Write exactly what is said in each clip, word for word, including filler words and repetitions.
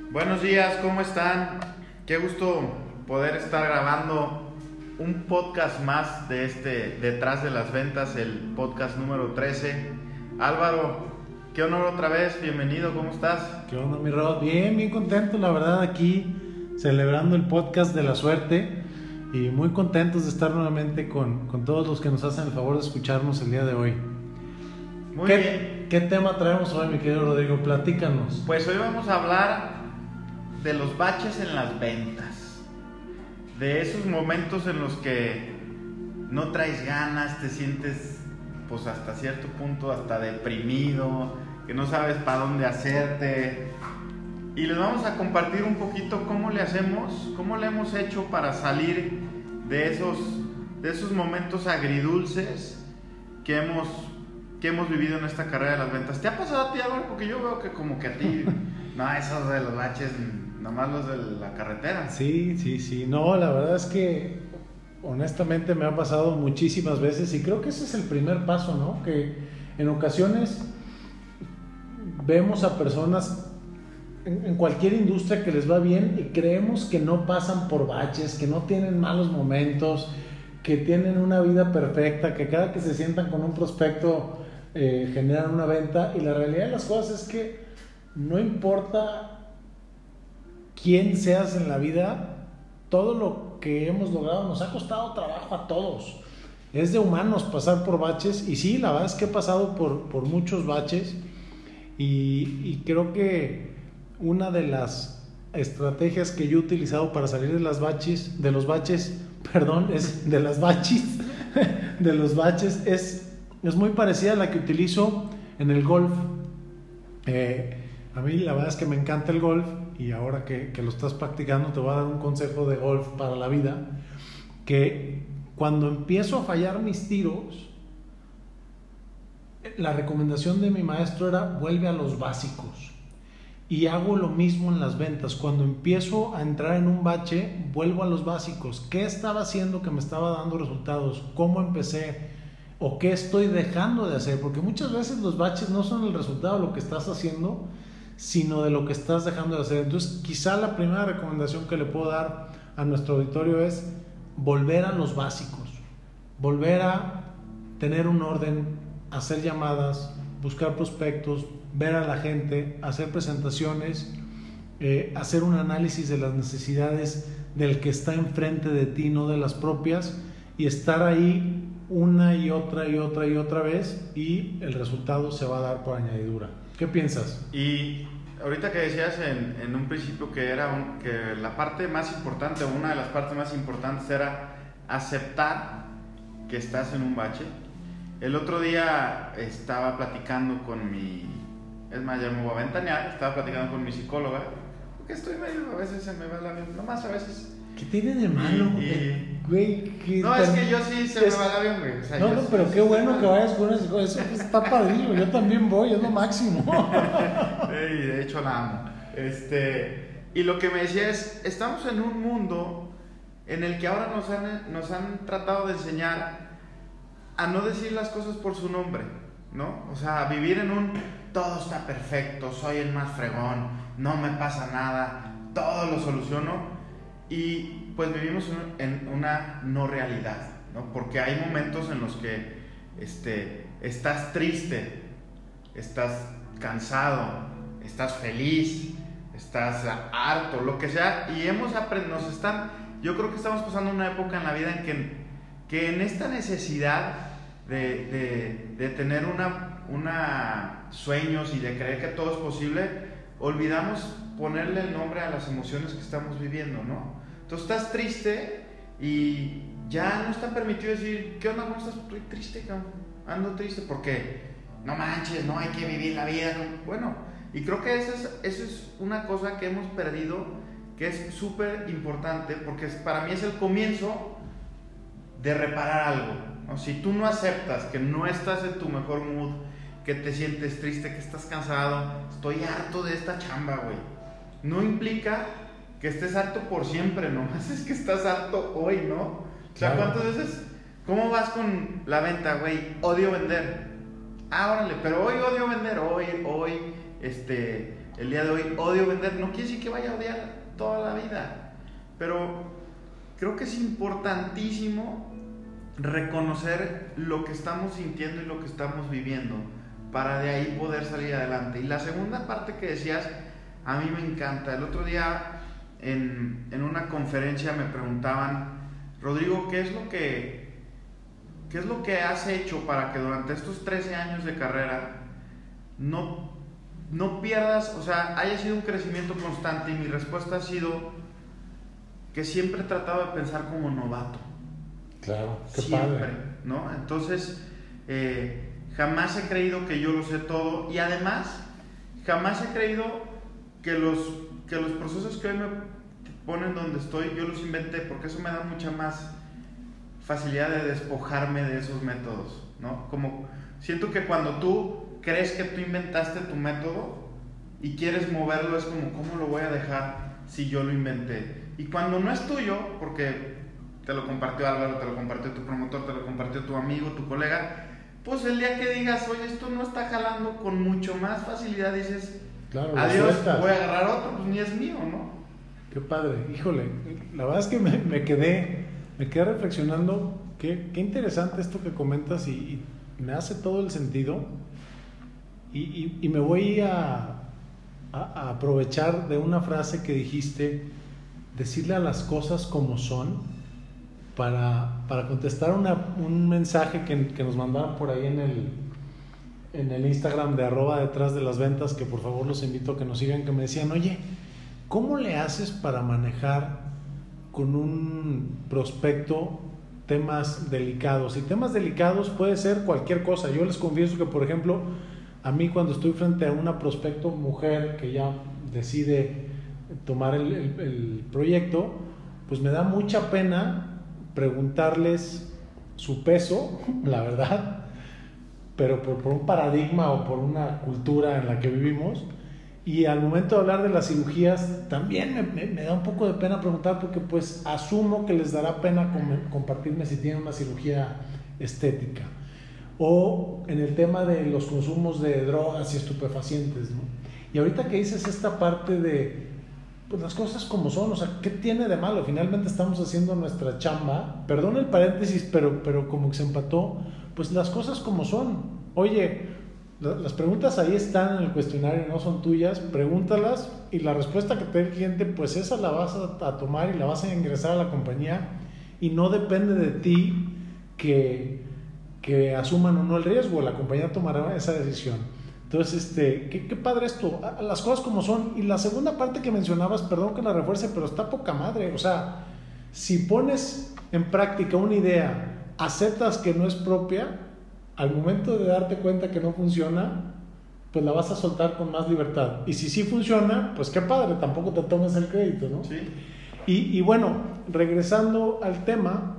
Buenos días, ¿cómo están? Qué gusto poder estar grabando un podcast más de este Detrás de las Ventas, el podcast número trece. Álvaro, qué honor otra vez, bienvenido, ¿cómo estás? ¿Qué onda, mi Rod? Bien, bien contento, la verdad, aquí celebrando el podcast de la suerte y muy contentos de estar nuevamente con, con todos los que nos hacen el favor de escucharnos el día de hoy. Muy ¿Qué, bien. ¿Qué tema traemos hoy, mi querido Rodrigo? Platícanos. Pues hoy vamos a hablar de los baches en las ventas, de esos momentos en los que no traes ganas, te sientes pues hasta cierto punto hasta deprimido, que no sabes para dónde hacerte, y les vamos a compartir un poquito cómo le hacemos, cómo le hemos hecho para salir de esos, de esos momentos agridulces que hemos, que hemos vivido en esta carrera de las ventas. ¿Te ha pasado a ti, Álvaro? Porque yo veo que como que a ti, no, esos de los baches, nomás los de la carretera. Sí, sí, sí. No, la verdad es que honestamente me ha pasado muchísimas veces y creo que ese es el primer paso, ¿no? Que en ocasiones vemos a personas en, en cualquier industria que les va bien y creemos que no pasan por baches, que no tienen malos momentos, que tienen una vida perfecta, que cada que se sientan con un prospecto eh, generan una venta, y la realidad de las cosas es que no importa quién seas en la vida, todo lo que hemos logrado nos ha costado trabajo a todos. Es de humanos pasar por baches, y sí, la verdad es que he pasado por, por muchos baches, y, y creo que una de las estrategias que yo he utilizado para salir de las baches, de los baches, perdón, es de las baches, de los baches, es, es muy parecida a la que utilizo en el golf. Eh, a mí la verdad es que me encanta el golf, y ahora que, que lo estás practicando te voy a dar un consejo de golf para la vida, que cuando empiezo a fallar mis tiros, la recomendación de mi maestro era: vuelve a los básicos. Y hago lo mismo en las ventas. Cuando empiezo a entrar en un bache, vuelvo a los básicos. ¿Qué estaba haciendo que me estaba dando resultados? ¿Cómo empecé? ¿O qué estoy dejando de hacer? Porque muchas veces los baches no son el resultado de lo que estás haciendo, sino de lo que estás dejando de hacer. Entonces, quizá la primera recomendación que le puedo dar a nuestro auditorio es volver a los básicos, volver a tener un orden, hacer llamadas, buscar prospectos, ver a la gente, hacer presentaciones, eh, hacer un análisis de las necesidades del que está enfrente de ti, no de las propias, y estar ahí una y otra y otra y otra vez, y el resultado se va a dar por añadidura. ¿Qué piensas? Y ahorita que decías en, en un principio que era un, que la parte más importante, o una de las partes más importantes, era aceptar que estás en un bache. El otro día estaba platicando con mi, es más, ya me voy a ventanear, estaba platicando con mi psicóloga, porque estoy medio, a veces se me va la mente, nomás a veces. ¿Qué tiene de malo? Y, y, güey, ¿qué no, tan... es que yo sí se es... me va el avión, güey. O sea, no, no, sí, pero sí, qué sí, bueno sí, que vayas con una psicóloga, eso está padrísimo, yo también voy, es lo máximo. Y de hecho la amo. Este, y lo que me decía es, estamos en un mundo en el que ahora nos han, nos han tratado de enseñar a no decir las cosas por su nombre, ¿no? O sea, vivir en un todo está perfecto, soy el más fregón, no me pasa nada, todo lo soluciono, y pues vivimos en una no realidad, ¿no? Porque hay momentos en los que este, estás triste, estás cansado, estás feliz, estás harto, lo que sea, y hemos aprendido, nos están, yo creo que estamos pasando una época en la vida en que, que en esta necesidad de, de, de tener una, una sueños y de creer que todo es posible, olvidamos ponerle el nombre a las emociones que estamos viviendo, ¿no? Entonces estás triste y ya no está permitido decir, ¿qué onda? ¿Cómo estás? Estoy triste, cabrón. Ando triste porque no manches, no hay que vivir la vida, ¿no? Bueno, y creo que esa es, esa es una cosa que hemos perdido, que es súper importante, porque para mí es el comienzo de reparar algo, ¿no? Si tú no aceptas que no estás en tu mejor mood, que te sientes triste, que estás cansado, estoy harto de esta chamba, güey, no implica que estés harto por siempre, nomás es que estás harto hoy, ¿no? O sea, Claro. ¿cuántas veces? ¿Cómo vas con la venta, güey? Odio vender. Ah, órale, pero hoy odio vender, hoy, hoy, este, el día de hoy odio vender, no quiere decir que vaya a odiar toda la vida, pero creo que es importantísimo reconocer lo que estamos sintiendo y lo que estamos viviendo para de ahí poder salir adelante. Y la segunda parte que decías, a mí me encanta. El otro día en, en una conferencia me preguntaban, Rodrigo, ¿qué es lo que qué es lo que has hecho para que durante estos trece años de carrera no, no pierdas, o sea, haya sido un crecimiento constante? Y mi respuesta ha sido que siempre he tratado de pensar como novato. Claro, qué siempre, padre. ¿no? Entonces, eh, jamás he creído que yo lo sé todo, y además, jamás he creído que los, que los procesos que hoy me ponen donde estoy, yo los inventé, porque eso me da mucha más facilidad de despojarme de esos métodos, ¿no? Como siento que cuando tú crees que tú inventaste tu método y quieres moverlo, es como, ¿cómo lo voy a dejar si yo lo inventé? Y cuando no es tuyo, porque te lo compartió Álvaro, te lo compartió tu promotor, te lo compartió tu amigo, tu colega, pues el día que digas, oye, esto no está jalando, con mucho más facilidad dices, claro, adiós, voy a agarrar otro, pues ni es mío, ¿no? Qué padre, híjole, la verdad es que me, me quedé, me quedé reflexionando, qué, qué interesante esto que comentas, y, y me hace todo el sentido, y, y, y me voy a, a, a aprovechar de una frase que dijiste, decirle a las cosas como son, para, para contestar una, un mensaje que, que nos mandaron por ahí en el, en el Instagram de arroba detrás de las ventas, que por favor los invito a que nos sigan, que me decían, oye, ¿cómo le haces para manejar con un prospecto temas delicados? Y temas delicados puede ser cualquier cosa. Yo les confieso que, por ejemplo, a mí cuando estoy frente a una prospecto mujer que ya decide tomar el, el, el proyecto, pues me da mucha pena preguntarles su peso, la verdad, pero por, por un paradigma o por una cultura en la que vivimos. Y al momento de hablar de las cirugías también me, me, me da un poco de pena preguntar, porque pues asumo que les dará pena com- compartirme si tienen una cirugía estética. O en el tema de los consumos de drogas y estupefacientes, ¿no? Y ahorita que dices esta parte de pues las cosas como son, o sea, ¿qué tiene de malo? Finalmente estamos haciendo nuestra chamba, perdón el paréntesis, pero, pero como que se empató, pues las cosas como son. Oye, las preguntas ahí están en el cuestionario, no son tuyas, pregúntalas, y la respuesta que te dé el cliente, pues esa la vas a, a tomar y la vas a ingresar a la compañía, y no depende de ti que, que asuman o no el riesgo, la compañía tomará esa decisión. Entonces, este, qué, qué padre esto, las cosas como son. Y la segunda parte que mencionabas, perdón que la refuerce, pero está poca madre. O sea, si pones en práctica una idea, aceptas que no es propia, al momento de darte cuenta que no funciona, pues la vas a soltar con más libertad. Y si sí funciona, pues qué padre, tampoco te tomes el crédito, ¿no? Sí. Y, y bueno, regresando al tema,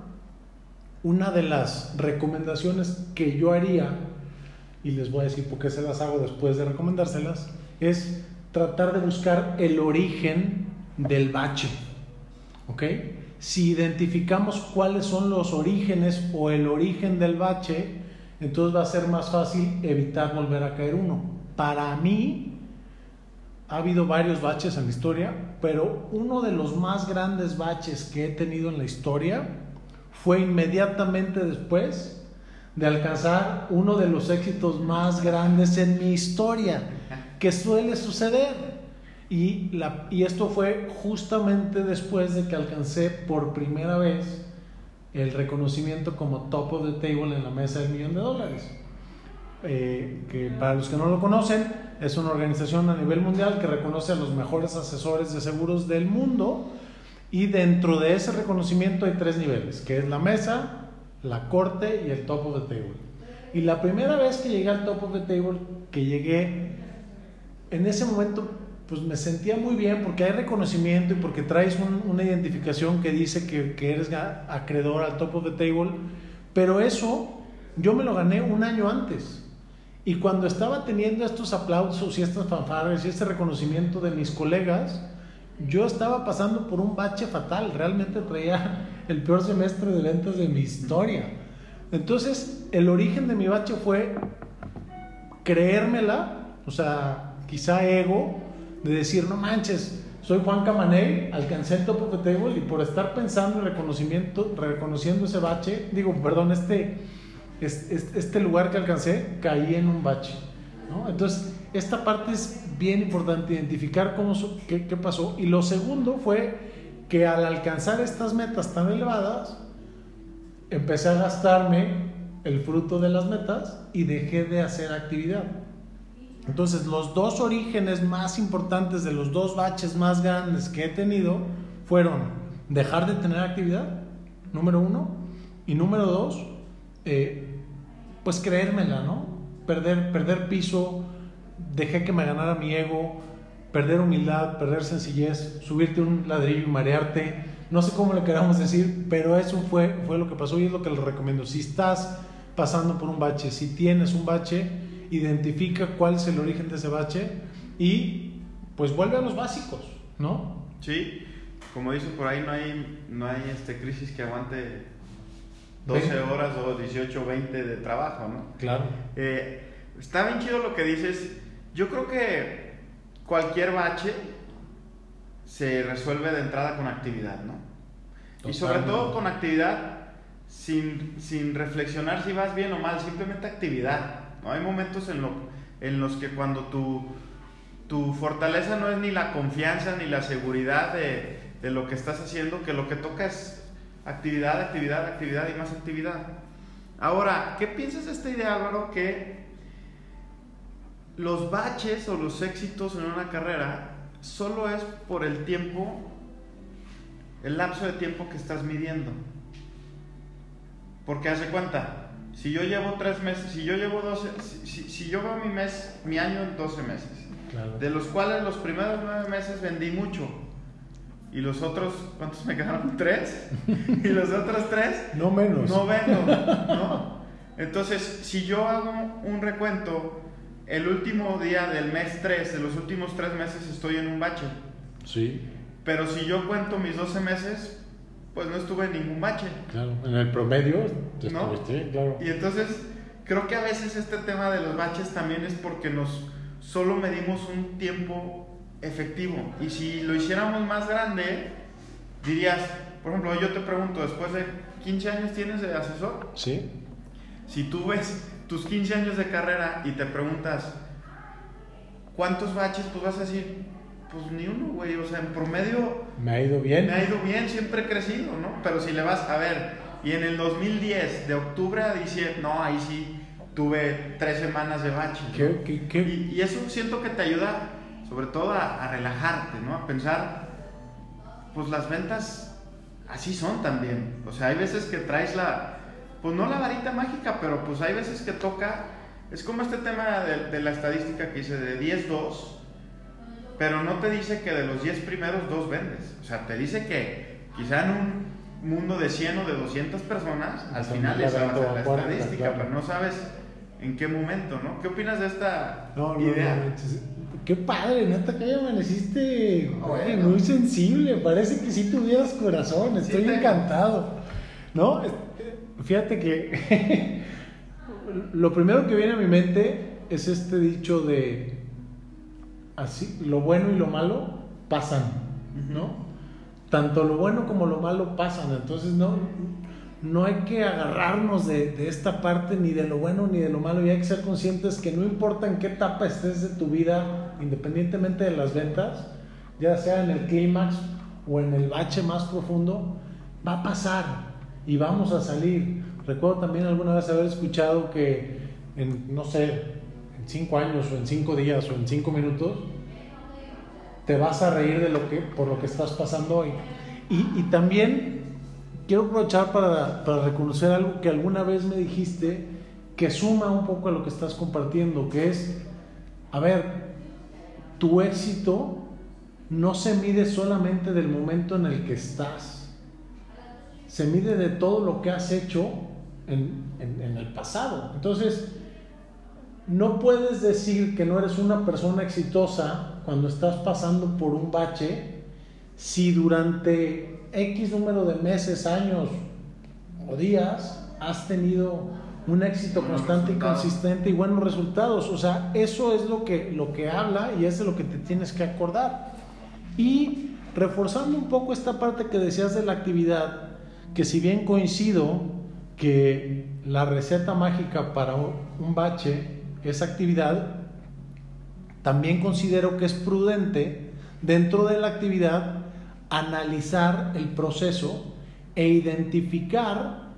una de las recomendaciones que yo haría, y les voy a decir por qué se las hago después de recomendárselas, es tratar de buscar el origen del bache, ¿ok? Si identificamos cuáles son los orígenes o el origen del bache, entonces va a ser más fácil evitar volver a caer uno. Para mí, ha habido varios baches en la historia, pero uno de los más grandes baches que he tenido en la historia fue inmediatamente después de alcanzar uno de los éxitos más grandes en mi historia, que suele suceder. Y, la, y esto fue justamente después de que alcancé por primera vez el reconocimiento como top of the table en la mesa del millón de dólares. Eh, que para los que no lo conocen, es una organización a nivel mundial que reconoce a los mejores asesores de seguros del mundo, y dentro de ese reconocimiento hay tres niveles, que es la mesa, la corte y el top of the table. Y la primera vez que llegué al top of the table, que llegué, en ese momento pues me sentía muy bien, porque hay reconocimiento y porque traes un, una identificación que dice que, que eres acreedor al top of the table, pero eso yo me lo gané un año antes. Y cuando estaba teniendo estos aplausos y estas fanfarrias y este reconocimiento de mis colegas, yo estaba pasando por un bache fatal. Realmente traía el peor semestre de ventas de mi historia. Entonces, el origen de mi bache fue creérmela, o sea, quizá ego, de decir, no manches, soy Juan Camaney, alcancé el top of the table y por estar pensando y reconocimiento, reconociendo ese bache, digo, perdón, este, este, este lugar que alcancé, caí en un bache, ¿no? Entonces, esta parte es bien importante, identificar cómo, qué, qué pasó. Y lo segundo fue que al alcanzar estas metas tan elevadas, empecé a gastarme el fruto de las metas y dejé de hacer actividad. Entonces, los dos orígenes más importantes de los dos baches más grandes que he tenido fueron dejar de tener actividad, número uno, y número dos, eh, pues creérmela, ¿no? Perder, perder piso, dejé que me ganara mi ego, perder humildad, perder sencillez, subirte un ladrillo y marearte, no sé cómo le queramos decir, pero eso fue, fue lo que pasó y es lo que les recomiendo. Si estás pasando por un bache, si tienes un bache, identifica cuál es el origen de ese bache y pues vuelve a los básicos, ¿no? Sí, como dicen por ahí, no hay, no hay este crisis que aguante doce horas o dieciocho o veinte de trabajo, ¿no? Claro. Eh, está bien chido lo que dices. Yo creo que cualquier bache se resuelve de entrada con actividad, ¿no? Totalmente. Y sobre todo con actividad sin, sin reflexionar si vas bien o mal, simplemente actividad, ¿no? Hay momentos en, lo, en los que cuando tu, tu fortaleza no es ni la confianza ni la seguridad de, de lo que estás haciendo, que lo que toca es actividad, actividad, actividad y más actividad. Ahora, ¿qué piensas de esta idea, Álvaro? Que los baches o los éxitos en una carrera solo es por el tiempo, el lapso de tiempo que estás midiendo. Porque haz de cuenta, si yo llevo tres meses, si yo llevo doce, si, si, si yo veo mi mes, mi año en doce meses, claro, de los cuales los primeros nueve meses vendí mucho, y los otros, ¿cuántos me quedaron? ¿Tres? Y los otros tres, no menos, no vendo, ¿no? Entonces, si yo hago un recuento, el último día del mes tres, de los últimos tres meses estoy en un bache. Sí. Pero si yo cuento mis doce meses, pues no estuve en ningún bache. Claro, en el promedio, ¿no? Estuviste, claro. Y entonces, creo que a veces este tema de los baches también es porque nos solo medimos un tiempo efectivo. Y si lo hiciéramos más grande, dirías, por ejemplo, yo te pregunto, después de quince años tienes de asesor. Sí. Si tú ves tus quince años de carrera y te preguntas ¿cuántos baches? Pues vas a decir, pues ni uno, güey, o sea, en promedio me ha ido bien, me ha ido bien, siempre he crecido, ¿no? Pero si le vas a ver, y en el dos mil diez, de octubre a diciembre, no, ahí sí tuve tres semanas de baches, ¿no? ¿Qué, qué, qué? Y, y eso siento que te ayuda sobre todo a, a relajarte, ¿no? A pensar, pues las ventas así son también, o sea, hay veces que traes la, pues no la varita mágica, pero pues hay veces que toca, es como este tema de, de la estadística que dice de diez, dos, pero no te dice que de los diez primeros, dos vendes, o sea, te dice que quizá en un mundo de cien o de doscientas personas, al final esa va a ser la estadística, claro, pero no sabes en qué momento, ¿no? ¿Qué opinas de esta no, no, idea? No, no, qué padre, neta, que amaneciste, güey, muy sensible, parece que sí tuvieras corazón, estoy sí, encantado, ¿no? Fíjate que lo primero que viene a mi mente es este dicho de así, lo bueno y lo malo pasan, ¿no? Tanto lo bueno como lo malo pasan, entonces no, no hay que agarrarnos de, de esta parte ni de lo bueno ni de lo malo, y hay que ser conscientes que no importa en qué etapa estés de tu vida, independientemente de las ventas, ya sea en el clímax o en el bache más profundo, va a pasar y vamos a salir. Recuerdo también alguna vez haber escuchado que en, no sé, en cinco años o en cinco días o en cinco minutos te vas a reír de lo que, por lo que estás pasando hoy. Y, y también quiero aprovechar para, para reconocer algo que alguna vez me dijiste que suma un poco a lo que estás compartiendo, que es, a ver, tu éxito no se mide solamente del momento en el que estás, se mide de todo lo que has hecho en, en, en el pasado. Entonces, no puedes decir que no eres una persona exitosa cuando estás pasando por un bache si durante X número de meses, años o días has tenido un éxito buenos constante resultados. y consistente y buenos resultados. O sea, eso es lo que, lo que habla y es de lo que te tienes que acordar. Y reforzando un poco esta parte que decías de la actividad, que si bien coincido que la receta mágica para un bache es actividad, también considero que es prudente dentro de la actividad analizar el proceso e identificar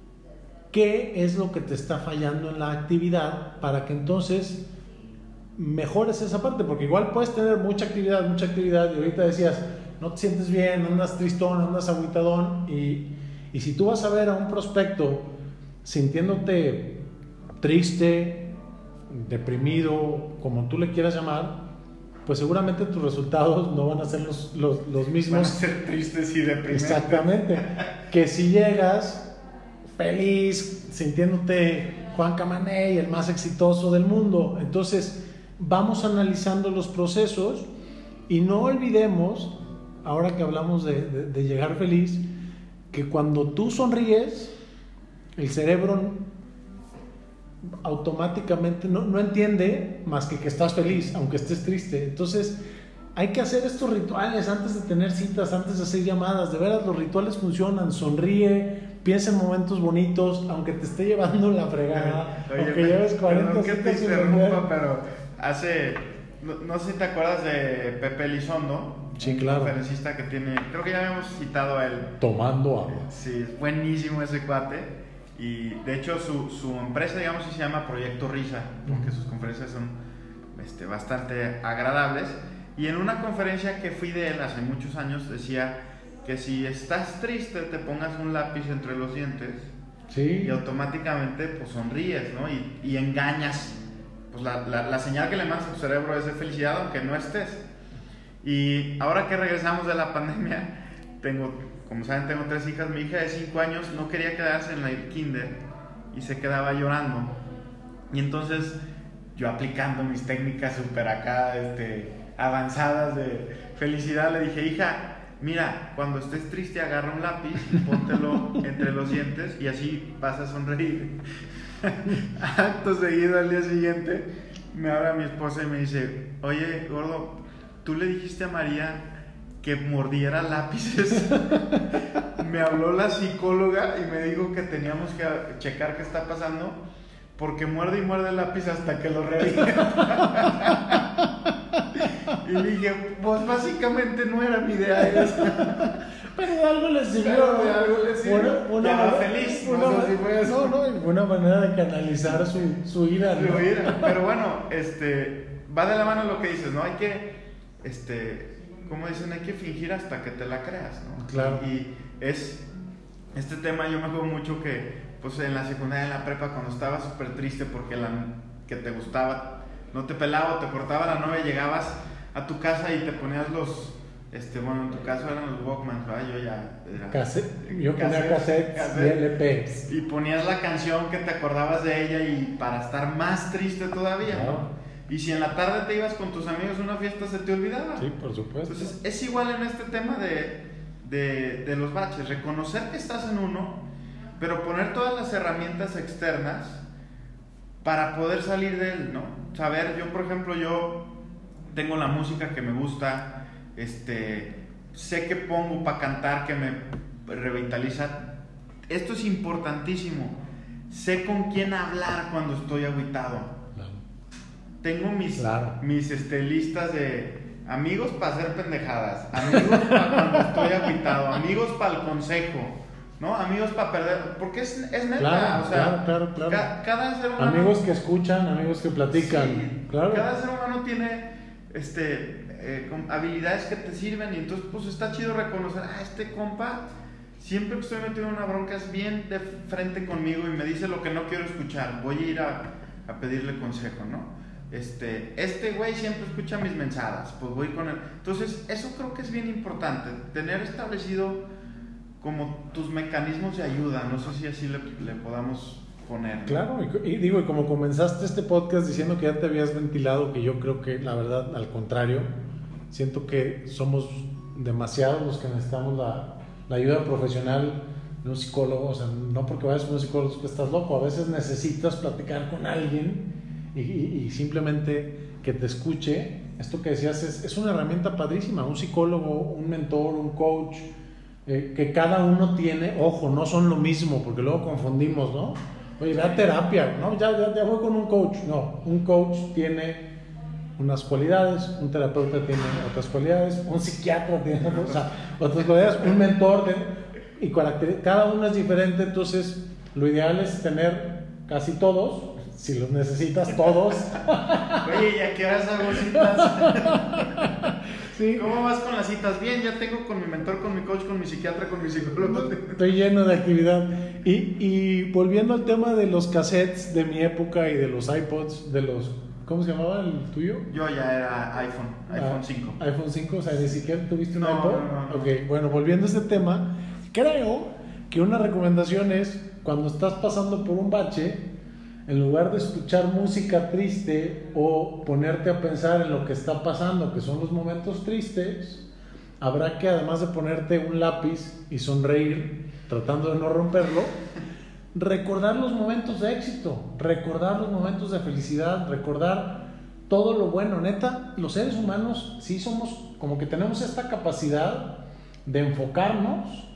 qué es lo que te está fallando en la actividad para que entonces mejores esa parte, porque igual puedes tener mucha actividad, mucha actividad y ahorita decías, no te sientes bien, andas tristón, andas agüitadón y, y si tú vas a ver a un prospecto sintiéndote triste, deprimido, como tú le quieras llamar, pues seguramente tus resultados no van a ser los, los, los mismos. Van a ser tristes y deprimentes. Exactamente. Que si llegas feliz, sintiéndote Juan Camaney, el más exitoso del mundo. Entonces, vamos analizando los procesos y no olvidemos, ahora que hablamos de, de, de llegar feliz, que cuando tú sonríes, el cerebro automáticamente no, no entiende más que que estás feliz, aunque estés triste. Entonces hay que hacer estos rituales antes de tener citas, antes de hacer llamadas. De veras, los rituales funcionan. Sonríe, piensa en momentos bonitos, aunque te esté llevando la fregada. Oye, aunque lleves cuarenta perdón que te citas sin interrumpa, dormir. pero hace, no, no sé si te acuerdas de Pepe Elizondo, Sí, un claro. conferencista que tiene, creo que ya habíamos citado a él. Tomando agua. Sí, es buenísimo ese cuate. Y de hecho su, su empresa, digamos, sí se llama Proyecto Risa, porque sus conferencias son este, bastante agradables. Y en una conferencia que fui de él hace muchos años decía que si estás triste te pongas un lápiz entre los dientes, Sí. y automáticamente pues sonríes, ¿no? Y, y engañas, pues la, la, la señal que le mandas a tu cerebro es de felicidad aunque no estés. Y ahora que regresamos de la pandemia, tengo, como saben, tengo tres hijas. Mi hija de cinco años no quería quedarse en la kinder y se quedaba llorando. Y entonces yo, aplicando mis técnicas súper acá, este, avanzadas de felicidad, le dije, hija, mira, cuando estés triste agarra un lápiz y póntelo entre los dientes y así vas a sonreír. Acto seguido, al día siguiente me habla mi esposa y me dice, oye, gordo, ¿tú le dijiste a María que mordiera lápices? Me habló la psicóloga y me dijo que teníamos que checar qué está pasando, porque muerde y muerde el lápiz hasta que lo revienta. Y dije, pues básicamente no era mi idea esa. Pero de algo le sirvió. Pero de algo le sirvió. Una, una Ya va manera- feliz, Una, no sé si fue eso. no, no, una manera de canalizar su, su ira. ¿no? Su ira. Pero bueno, este, va de la mano lo que dices, ¿no? Hay que, este, como dicen, hay que fingir hasta que te la creas, ¿no? Claro. Y es, este tema yo me acuerdo mucho que, pues en la secundaria, en la prepa, cuando estaba súper triste porque la que te gustaba no te pelaba o te cortaba la novia, llegabas a tu casa y te ponías los, este, bueno, en tu caso eran los Walkman, ¿verdad? Yo ya era, Cassette, yo ponía cassette, cassettes cassette. y L Ps. Y ponías la canción que te acordabas de ella y para estar más triste todavía, Claro. ¿no? Y si en la tarde te ibas con tus amigos a una fiesta, se te olvidaba. Sí, por supuesto. Entonces es igual en este tema de, de, de los baches, reconocer que estás en uno, pero poner todas las herramientas externas para poder salir de él, ¿no? Saber, yo por ejemplo, yo tengo la música que me gusta, este, sé que pongo para cantar que me revitaliza. Esto es importantísimo. Sé con quién hablar cuando estoy agüitado. Claro. Tengo mis, Claro. mis este, listas de amigos para hacer pendejadas, amigos para cuando estoy agüitado, amigos para el consejo, ¿no? Amigos para perder, porque es, es neta, Claro, o sea, claro, claro, claro. ca- cada ser humano, Amigos que escuchan, amigos que platican. sí, Claro. cada ser humano tiene este, eh, con habilidades que te sirven y entonces pues está chido reconocer, ah, este compa, siempre que estoy metido en una bronca es bien de frente conmigo y me dice lo que no quiero escuchar, voy a ir a, a pedirle consejo, ¿no? Este, este güey siempre escucha mis mensajes, pues voy con él. Entonces, eso creo que es bien importante, tener establecido como tus mecanismos de ayuda, no sé si así le, le podamos poner, ¿no? Claro, y, y digo, y como comenzaste este podcast diciendo que ya te habías ventilado, que yo creo que la verdad, al contrario, siento que somos demasiados los que necesitamos la, la ayuda profesional de un psicólogo, o sea, no porque vayas con un psicólogo que estás loco, a veces necesitas platicar con alguien y, y, y simplemente que te escuche. Esto que decías es, es una herramienta padrísima, un psicólogo, un mentor, un coach, eh, que cada uno tiene, ojo, no son lo mismo, porque luego confundimos, ¿no? Oye, ve a terapia, ¿no? Ya, ya, ya voy con un coach. No, un coach tiene unas cualidades, un terapeuta tiene otras cualidades, un psiquiatra tiene o sea, otras cualidades, un mentor tiene, y cada uno es diferente. Entonces lo ideal es tener casi todos, si los necesitas todos. Oye, ¿ya qué horas hago citas? ¿Sí? ¿Cómo vas con las citas? Bien, ya tengo con mi mentor, con mi coach, con mi psiquiatra, con mi psicólogo. Estoy lleno de actividad. Y, y volviendo al tema de los cassettes de mi época y de los iPods, de los... ¿Cómo se llamaba el tuyo? Yo ya era iPhone, iPhone cinco. Ah, iPhone cinco, o sea, ni siquiera tuviste un no, iPod. No, no, no. Ok, bueno, volviendo a este tema, creo que una recomendación es, cuando estás pasando por un bache, en lugar de escuchar música triste o ponerte a pensar en lo que está pasando, que son los momentos tristes, habrá que, además de ponerte un lápiz y sonreír, tratando de no romperlo, recordar los momentos de éxito, recordar los momentos de felicidad, recordar todo lo bueno. Neta, los seres humanos sí somos, como que tenemos esta capacidad de enfocarnos,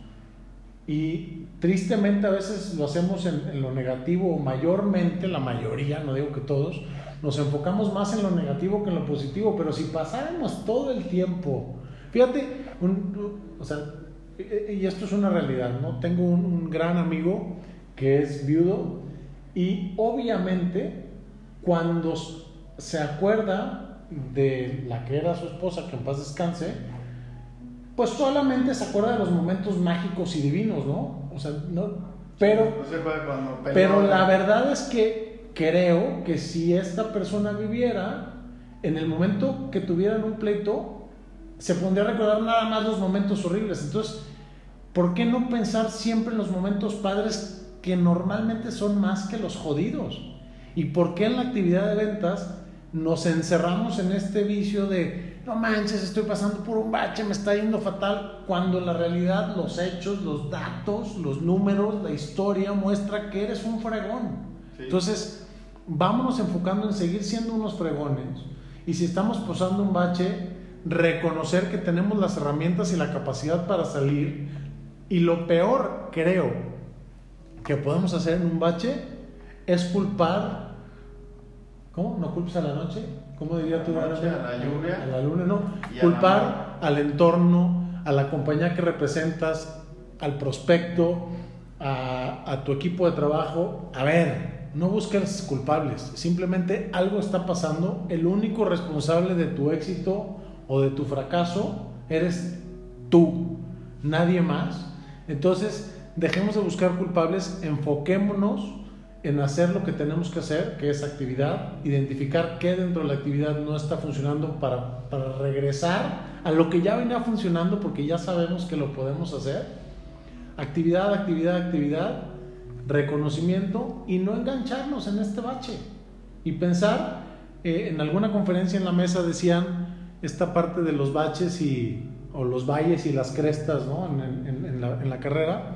y tristemente a veces lo hacemos en, en lo negativo, o mayormente, la mayoría, no digo que todos, nos enfocamos más en lo negativo que en lo positivo. Pero si pasáramos todo el tiempo, fíjate, un, o sea, y esto es una realidad, ¿no? Tengo un, un gran amigo que es viudo, y obviamente cuando se acuerda de la que era su esposa, que en paz descanse, pues solamente se acuerda de los momentos mágicos y divinos, ¿no? O sea, no, pero, no se acuerda cuando peleó, pero la verdad es que creo que si esta persona viviera, en el momento que tuvieran un pleito, se pondría a recordar nada más los momentos horribles. Entonces, ¿por qué no pensar siempre en los momentos padres, que normalmente son más que los jodidos? ¿Y por qué en la actividad de ventas nos encerramos en este vicio de no manches, estoy pasando por un bache, me está yendo fatal, cuando la realidad, los hechos, los datos, los números, la historia muestra que eres un fregón? Sí. Entonces, vámonos enfocando en seguir siendo unos fregones, y si estamos pasando un bache, reconocer que tenemos las herramientas y la capacidad para salir. Y lo peor, creo, que podemos hacer en un bache es culpar. ¿Cómo? ¿No culpes a la noche? ¿Cómo diría tú? A la noche, a la lluvia. A la luna, no. Culpar al entorno, a la compañía que representas, al prospecto, a, a tu equipo de trabajo. A ver, no busques culpables. Simplemente algo está pasando. El único responsable de tu éxito o de tu fracaso eres tú, nadie más. Entonces, dejemos de buscar culpables, enfoquémonos en hacer lo que tenemos que hacer, que es actividad, identificar qué dentro de la actividad no está funcionando para, para regresar a lo que ya venía funcionando, porque ya sabemos que lo podemos hacer. Actividad, actividad, actividad, reconocimiento, y no engancharnos en este bache. Y pensar, eh, en alguna conferencia en la mesa decían esta parte de los baches y, o los valles y las crestas, ¿no? en, en, en, la, en la carrera.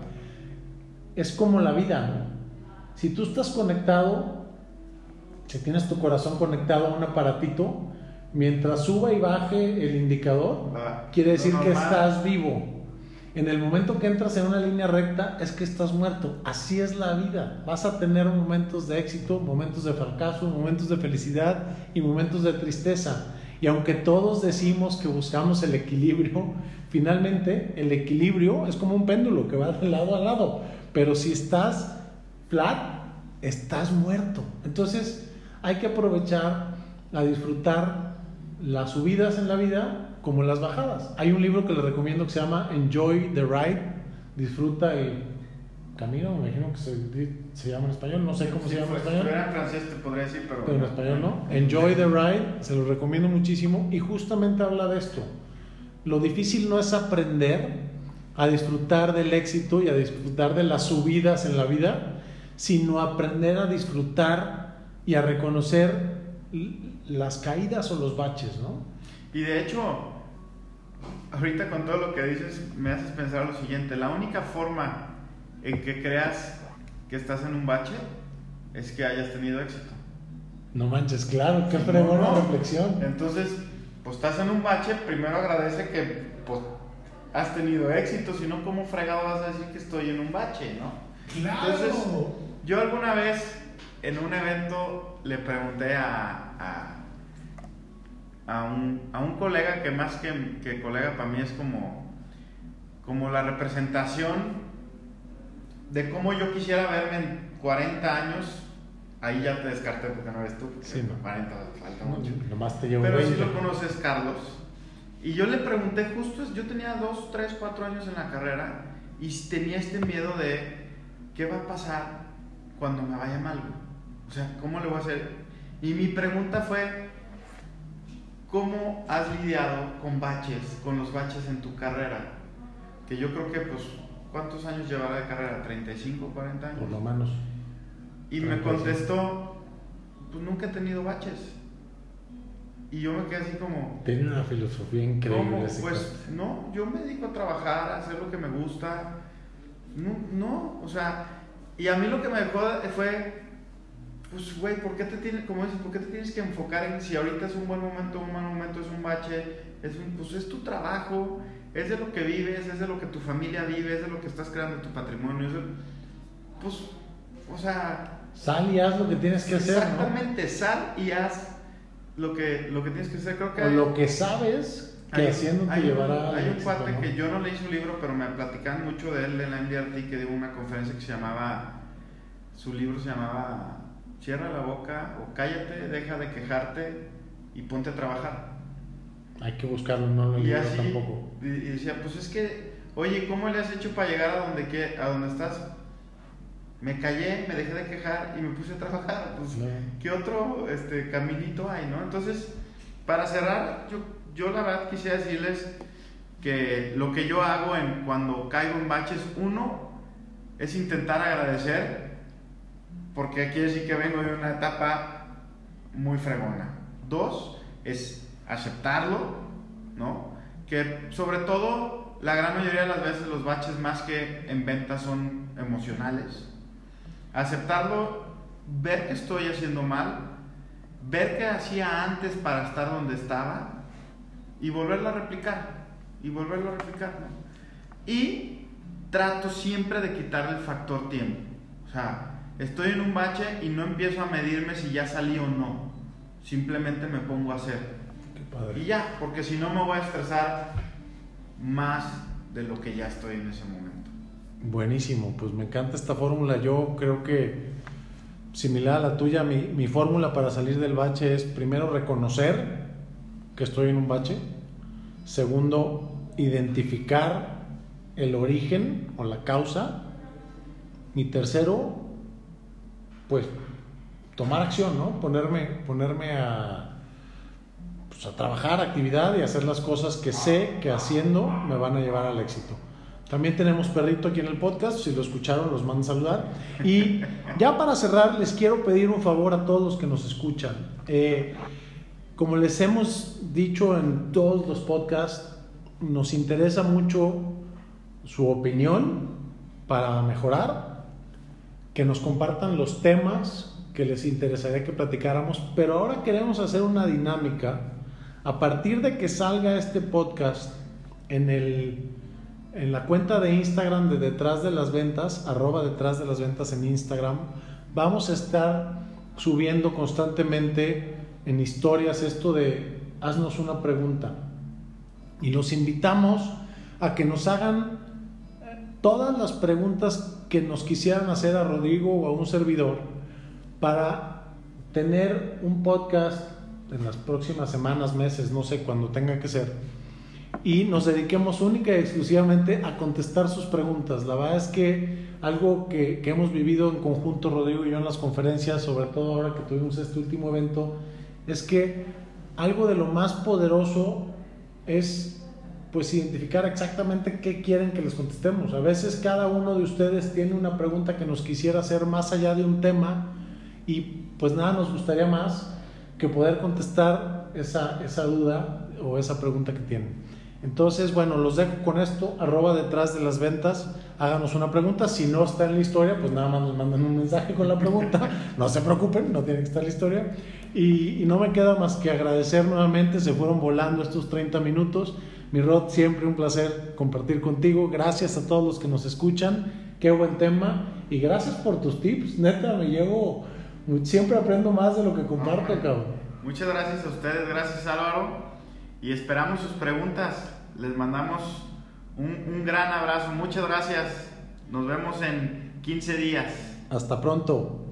Es como la vida, ¿no? Si tú estás conectado, si tienes tu corazón conectado a un aparatito, mientras suba y baje el indicador, ah, quiere decir que estás vivo. En el momento que entras en una línea recta, es que estás muerto. Así es la vida. Vas a tener momentos de éxito, momentos de fracaso, momentos de felicidad y momentos de tristeza. Y aunque todos decimos que buscamos el equilibrio, finalmente el equilibrio es como un péndulo que va de lado a lado. Pero si estás flat, estás muerto. Entonces hay que aprovechar a disfrutar las subidas en la vida como las bajadas. Hay un libro que les recomiendo que se llama Enjoy the Ride, disfruta el camino, me imagino que se, se llama en español, no sé cómo sí, se llama en español. Si fuera en francés te podría decir, pero... pero en español no. Enjoy the Ride, se lo recomiendo muchísimo, y justamente habla de esto. Lo difícil no es aprender a disfrutar del éxito y a disfrutar de las subidas en la vida, sino aprender a disfrutar y a reconocer las caídas o los baches, ¿no? Y de hecho, ahorita con todo lo que dices me haces pensar lo siguiente: la única forma en que creas que estás en un bache es que hayas tenido éxito. No manches, claro, qué fregona no, no. reflexión. Entonces, pues estás en un bache, primero agradece que pues has tenido éxito, si no, ¿cómo fregado vas a decir que estoy en un bache, no? Claro. Entonces, yo alguna vez en un evento le pregunté a, a, a, un, a un colega que más que, que colega para mí es como, como la representación de cómo yo quisiera verme en cuarenta años. Ahí ya te descarté porque no eres tú, porque sí, no. cuarenta falta mucho. Nomás te llevo Pero veinte. sí lo conoces, Carlos. Y yo le pregunté justo, yo tenía dos, tres, cuatro años en la carrera y tenía este miedo de ¿qué va a pasar cuando me vaya mal? O sea, ¿cómo le voy a hacer? Y mi pregunta fue, ¿cómo has lidiado con baches, con los baches en tu carrera? Que yo creo que, pues, ¿cuántos años llevará de carrera? ¿treinta y cinco, cuarenta años? Por lo menos. Y me contestó, pues nunca he tenido baches. Y yo me quedé así como... Tiene una filosofía increíble. ¿Cómo? Ese Pues cuate. no, yo me dedico a trabajar, a hacer lo que me gusta. No, no, o sea, y a mí lo que me dejó fue, pues güey, ¿por qué te tienes, como dices, por qué te tienes que enfocar en si ahorita es un buen momento, un mal momento, es un bache? Es un, pues es tu trabajo, es de lo que vives, es de lo que tu familia vive, es de lo que estás creando tu patrimonio, es de, pues, o sea... Sal y haz lo que tienes que hacer, exactamente, ¿no? Sal y haz lo que, lo que tienes que hacer, creo que... O hay, lo que sabes que hay, haciendo te hay llevará un, Hay un éxito, cuate, ¿no? Que yo no leí su libro, pero me platican mucho de él en la M D R T, que dio una conferencia que se llamaba... Su libro se llamaba Cierra la boca o cállate, deja de quejarte y ponte a trabajar. Hay que buscarlo, no lo he Y leído así, tampoco. y, y decía, pues es que, oye, ¿cómo le has hecho para llegar a donde, que, a donde estás? Me callé, me dejé de quejar y me puse a trabajar. Pues, no. ¿qué otro este, caminito hay, no? Entonces, para cerrar, yo, yo la verdad quisiera decirles que lo que yo hago en, cuando caigo en baches, uno, es intentar agradecer, porque quiere decir que vengo de una etapa muy fregona. Dos, es aceptarlo, ¿no? Que sobre todo, la gran mayoría de las veces los baches más que en ventas son emocionales. Aceptarlo, ver que estoy haciendo mal, ver qué hacía antes para estar donde estaba y volverlo a replicar, y volverlo a replicar, ¿no? Y trato siempre de quitarle el factor tiempo. O sea, estoy en un bache y no empiezo a medirme si ya salí o no, simplemente me pongo a hacer. Qué padre. Y ya, porque si no me voy a estresar más de lo que ya estoy en ese momento. Buenísimo, pues me encanta esta fórmula. Yo creo que, similar a la tuya, mi, mi fórmula para salir del bache es primero reconocer que estoy en un bache. Segundo, identificar el origen o la causa. Y tercero, pues tomar acción, ¿no? Ponerme, ponerme a, pues, a trabajar, actividad y hacer las cosas que sé que haciendo me van a llevar al éxito. También tenemos perrito aquí en el podcast, si lo escucharon los mando a saludar. Y ya para cerrar les quiero pedir un favor a todos los que nos escuchan. Eh, como les hemos dicho en todos los podcasts, nos interesa mucho su opinión para mejorar, que nos compartan los temas que les interesaría que platicáramos, pero ahora queremos hacer una dinámica. A partir de que salga este podcast en el... en la cuenta de Instagram de Detrás de las Ventas, arroba Detrás de las Ventas en Instagram, vamos a estar subiendo constantemente en historias esto de haznos una pregunta. Y los invitamos a que nos hagan todas las preguntas que nos quisieran hacer a Rodrigo o a un servidor para tener un podcast en las próximas semanas, meses, no sé, cuando tenga que ser, y nos dediquemos única y exclusivamente a contestar sus preguntas. La verdad es que algo que, que hemos vivido en conjunto Rodrigo y yo en las conferencias, sobre todo ahora que tuvimos este último evento, es que algo de lo más poderoso es pues identificar exactamente qué quieren que les contestemos. A veces cada uno de ustedes tiene una pregunta que nos quisiera hacer más allá de un tema y pues nada nos gustaría más que poder contestar esa, esa duda o esa pregunta que tienen. Entonces, bueno, los dejo con esto, arroba detrás de las ventas, háganos una pregunta, si no está en la historia, pues nada más nos mandan un mensaje con la pregunta, no se preocupen, no tiene que estar en la historia, y, y no me queda más que agradecer nuevamente, se fueron volando estos treinta minutos, mi Rod, siempre un placer compartir contigo, gracias a todos los que nos escuchan, qué buen tema, y gracias por tus tips, neta, me llevo, siempre aprendo más de lo que comparto, cabrón. Muchas gracias a ustedes, gracias Álvaro. Y esperamos sus preguntas. Les mandamos un, un gran abrazo. Muchas gracias. Nos vemos en quince días. Hasta pronto.